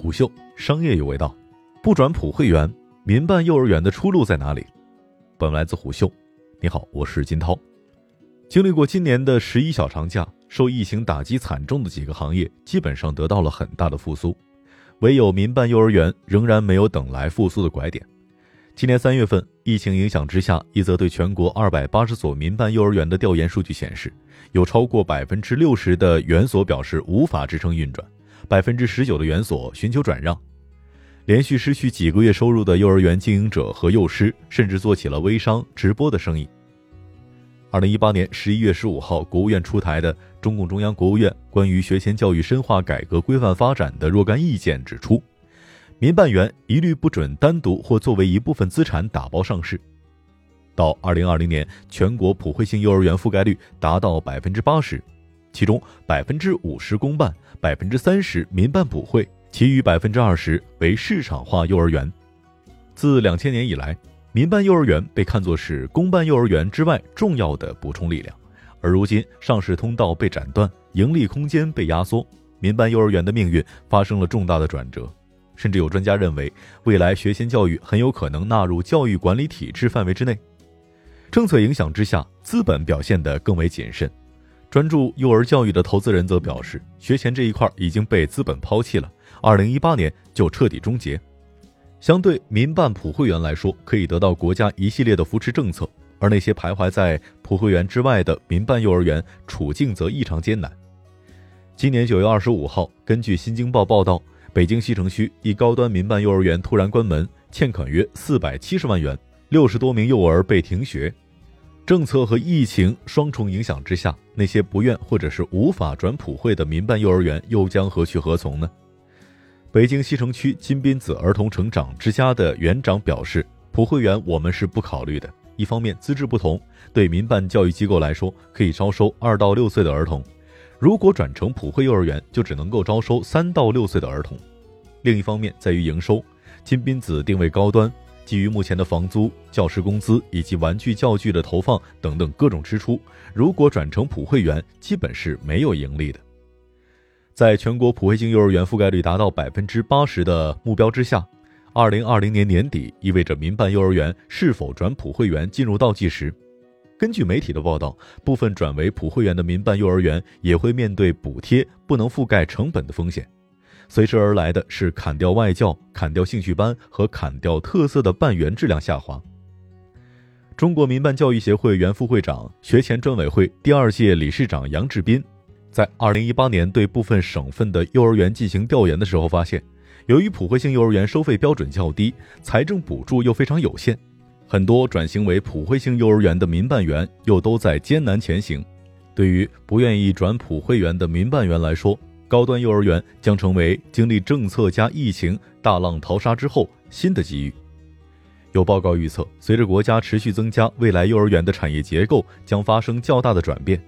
虎嗅，商业有味道，不转普惠园，民办幼儿园的出路在哪里？本文来自虎嗅。你好，我是金涛。经历过今年的11小长假，受疫情打击惨重的几个行业基本上得到了很大的复苏，唯有民办幼儿园仍然没有等来复苏的拐点。今年3月份，疫情影响之下，一则对全国280所民办幼儿园的调研数据显示，有超过 60% 的园所表示无法支撑运转， 19% 的园所寻求转让。连续失去几个月收入的幼儿园经营者和幼师，甚至做起了微商直播的生意。2018年11月15号，国务院出台的中共中央国务院关于学前教育深化改革规范发展的若干意见指出，民办园一律不准单独或作为一部分资产打包上市。到2020年，全国普惠性幼儿园覆盖率达到 80%， 其中 50% 公办， 30% 民办普惠，其余 20% 为市场化幼儿园。自2000年以来，民办幼儿园被看作是公办幼儿园之外重要的补充力量，而如今上市通道被斩断，盈利空间被压缩，民办幼儿园的命运发生了重大的转折。甚至有专家认为，未来学前教育很有可能纳入教育管理体制范围之内。政策影响之下，资本表现得更为谨慎。专注幼儿教育的投资人则表示，学前这一块已经被资本抛弃了，2018年就彻底终结。相对民办普惠园来说，可以得到国家一系列的扶持政策，而那些徘徊在普惠园之外的民办幼儿园处境则异常艰难。今年9月25号，根据新京报报道，北京西城区一高端民办幼儿园突然关门，欠款约470万元，60多名幼儿被停学。政策和疫情双重影响之下，那些不愿或者是无法转普惠的民办幼儿园又将何去何从呢？北京西城区金斌子儿童成长之家的园长表示，普惠园我们是不考虑的。一方面资质不同，对民办教育机构来说可以招收2到6岁的儿童，如果转成普惠幼儿园就只能够招收3到6岁的儿童。另一方面在于营收，金斌子定位高端，基于目前的房租、教师工资以及玩具教具的投放等等各种支出，如果转成普惠园基本是没有盈利的。在全国普惠性幼儿园覆盖率达到 80% 的目标之下，2020年年底意味着民办幼儿园是否转普惠园进入倒计时。根据媒体的报道，部分转为普惠园的民办幼儿园也会面对补贴不能覆盖成本的风险，随之而来的是砍掉外教、砍掉兴趣班和砍掉特色的办园质量下滑。中国民办教育协会原副会长、学前专委会第2届理事长杨志斌在2018年对部分省份的幼儿园进行调研的时候发现，由于普惠性幼儿园收费标准较低，财政补助又非常有限，很多转型为普惠性幼儿园的民办园又都在艰难前行。对于不愿意转普惠园的民办园来说，高端幼儿园将成为经历政策加疫情大浪淘沙之后新的机遇。有报告预测，随着国家持续增加，未来幼儿园的产业结构将发生较大的转变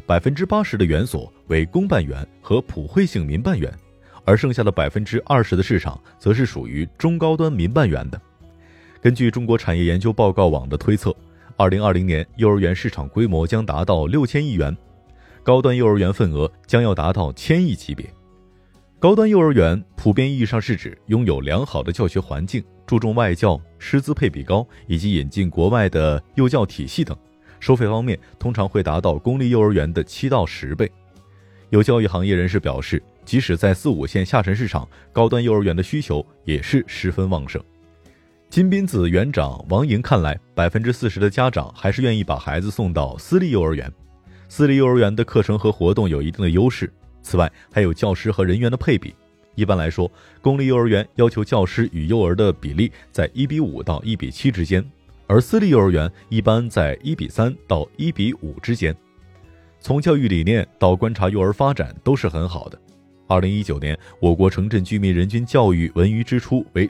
，80%的园所为公办园和普惠性民办园，而剩下的 20% 的市场则是属于中高端民办园的。根据中国产业研究报告网的推测，2020年幼儿园市场规模将达到6000亿元，高端幼儿园份额将要达到1000亿级别。高端幼儿园普遍意义上是指拥有良好的教学环境，注重外教，师资配比高，以及引进国外的幼教体系等。收费方面通常会达到公立幼儿园的7到10倍。有教育行业人士表示，即使在4、5线下沉市场，高端幼儿园的需求也是十分旺盛。金斌子园长王莹看来，40%的家长还是愿意把孩子送到私立幼儿园。私立幼儿园的课程和活动有一定的优势，此外还有教师和人员的配比。一般来说，公立幼儿园要求教师与幼儿的比例在1:5到1:7之间，而私立幼儿园一般在1:3到1:5之间。从教育理念到观察幼儿发展都是很好的。2019年，我国城镇居民人均教育文娱支出为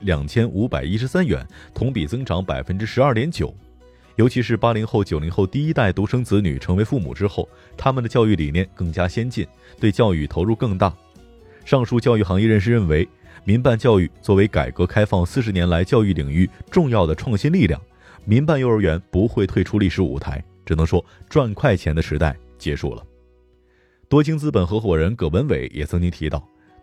2513元，同比增长 12.9%。尤其是80后、90后第一代独生子女成为父母之后，他们的教育理念更加先进，对教育投入更大。上述教育行业人士认为，民办教育作为改革开放40年来教育领域重要的创新力量，民办幼儿园不会退出历史舞台，只能说赚快钱的时代结束了。多晶资本合伙人葛文伟也曾经提到，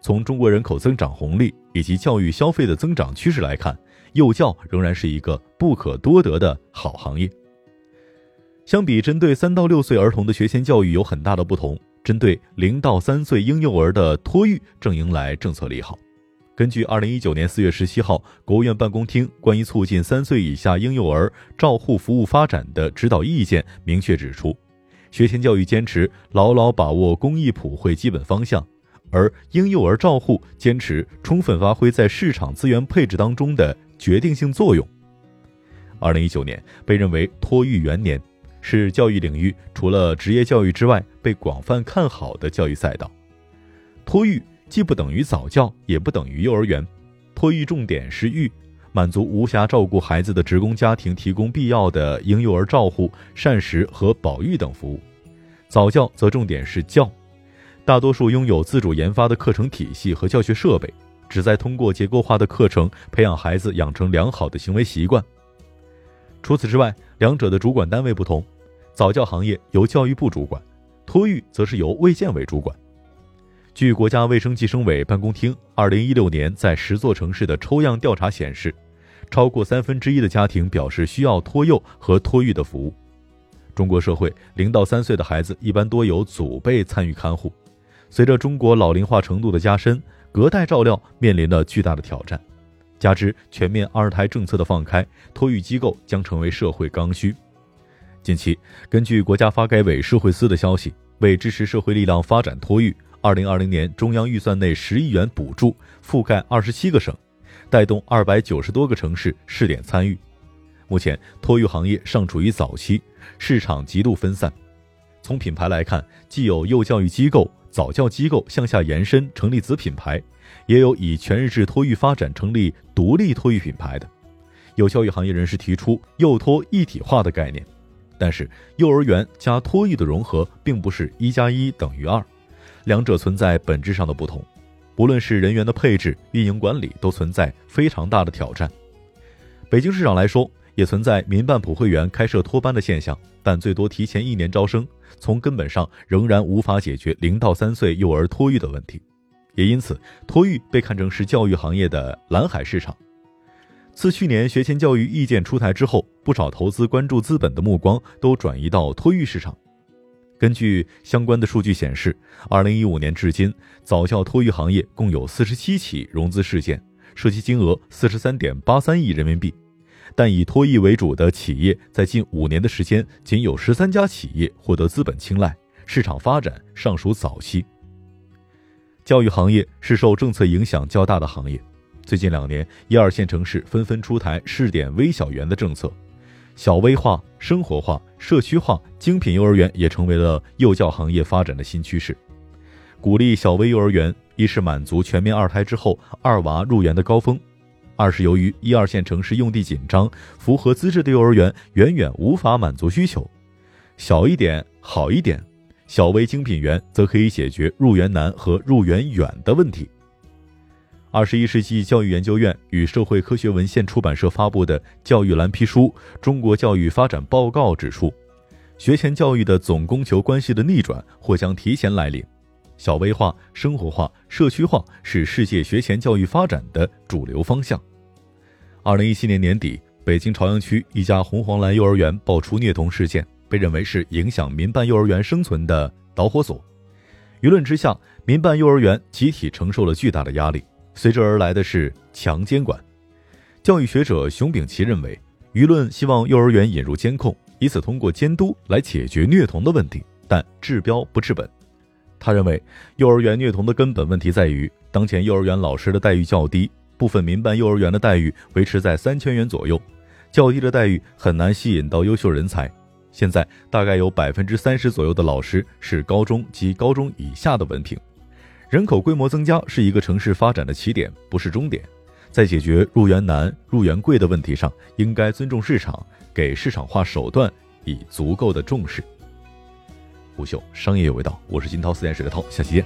从中国人口增长红利以及教育消费的增长趋势来看，幼教仍然是一个不可多得的好行业。相比针对3到6岁儿童的学前教育有很大的不同，针对0到3岁婴幼儿的托育正迎来政策利好。根据2019年4月17号国务院办公厅关于促进3岁以下婴幼儿照护服务发展的指导意见明确指出，学前教育坚持牢牢把握公益普惠基本方向，而婴幼儿照护坚持充分发挥在市场资源配置当中的决定性作用。2019年被认为托育元年，是教育领域除了职业教育之外被广泛看好的教育赛道。托育既不等于早教，也不等于幼儿园，托育重点是育，满足无暇照顾孩子的职工家庭提供必要的婴幼儿照护、膳食和保育等服务。早教则重点是教，大多数拥有自主研发的课程体系和教学设备，旨在通过结构化的课程培养孩子养成良好的行为习惯。除此之外，两者的主管单位不同，早教行业由教育部主管，托育则是由卫健委主管。据国家卫生计生委办公厅2016年在10座城市的抽样调查显示，超过1/3的家庭表示需要托幼和托育的服务。中国社会0到3岁的孩子一般多由祖辈参与看护，随着中国老龄化程度的加深，隔代照料面临了巨大的挑战。加之全面二胎政策的放开，托育机构将成为社会刚需。近期，根据国家发改委社会司的消息，为支持社会力量发展托育，2020年中央预算内10亿元补助覆盖27个省，带动290多个城市试点参与。目前托育行业尚处于早期，市场极度分散。从品牌来看，既有幼教育机构、早教机构向下延伸成立子品牌，也有以全日制托育发展成立独立托育品牌的。有教育行业人士提出幼托一体化的概念，但是幼儿园加托育的融合并不是1+1等于2，两者存在本质上的不同。无论是人员的配置、运营管理，都存在非常大的挑战。北京市场来说，也存在民办普惠园开设托班的现象，但最多提前1年招生，从根本上仍然无法解决0到3岁幼儿托育的问题。也因此，托育被看成是教育行业的蓝海市场。自去年学前教育意见出台之后，不少投资关注资本的目光都转移到托育市场。根据相关的数据显示，2015年至今，早教托育行业共有47起融资事件，涉及金额43.83亿人民币。但以托育为主的企业在近5年的时间，仅有13家企业获得资本青睐，市场发展尚属早期。教育行业是受政策影响较大的行业，最近2年1、2线城市纷纷出台试点微小园的政策，小微化、生活化、社区化、精品幼儿园也成为了幼教行业发展的新趋势。鼓励小微幼儿园，一是满足全面2胎之后2娃入园的高峰，二是由于1、2线城市用地紧张，符合资质的幼儿园远远无法满足需求。小一点好一点，小微精品园则可以解决入园难和入园远的问题。21世纪教育研究院与社会科学文献出版社发布的教育蓝皮书《中国教育发展报告》指出，学前教育的总供求关系的逆转或将提前来临。小微化、生活化、社区化是世界学前教育发展的主流方向。2017年年底，北京朝阳区一家红黄蓝幼儿园爆出虐童事件，被认为是影响民办幼儿园生存的导火索。舆论之下，民办幼儿园集体承受了巨大的压力，随之而来的是强监管。教育学者熊丙奇认为，舆论希望幼儿园引入监控，以此通过监督来解决虐童的问题，但治标不治本。他认为，幼儿园虐童的根本问题在于，当前幼儿园老师的待遇较低，部分民办幼儿园的待遇维持在3000元左右，较低的待遇很难吸引到优秀人才。现在大概有30%左右的老师是高中及高中以下的文凭。人口规模增加是一个城市发展的起点，不是终点。在解决入园难、入园贵的问题上，应该尊重市场，给市场化手段以足够的重视。虎嗅，商业有味道，我是金涛，4点水的涛，下期见。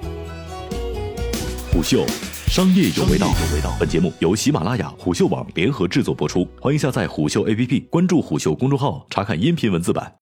虎嗅，商业有味道。本节目由喜马拉雅、虎嗅网联合制作播出，欢迎下载虎嗅 APP， 关注虎嗅公众号，查看音频文字版。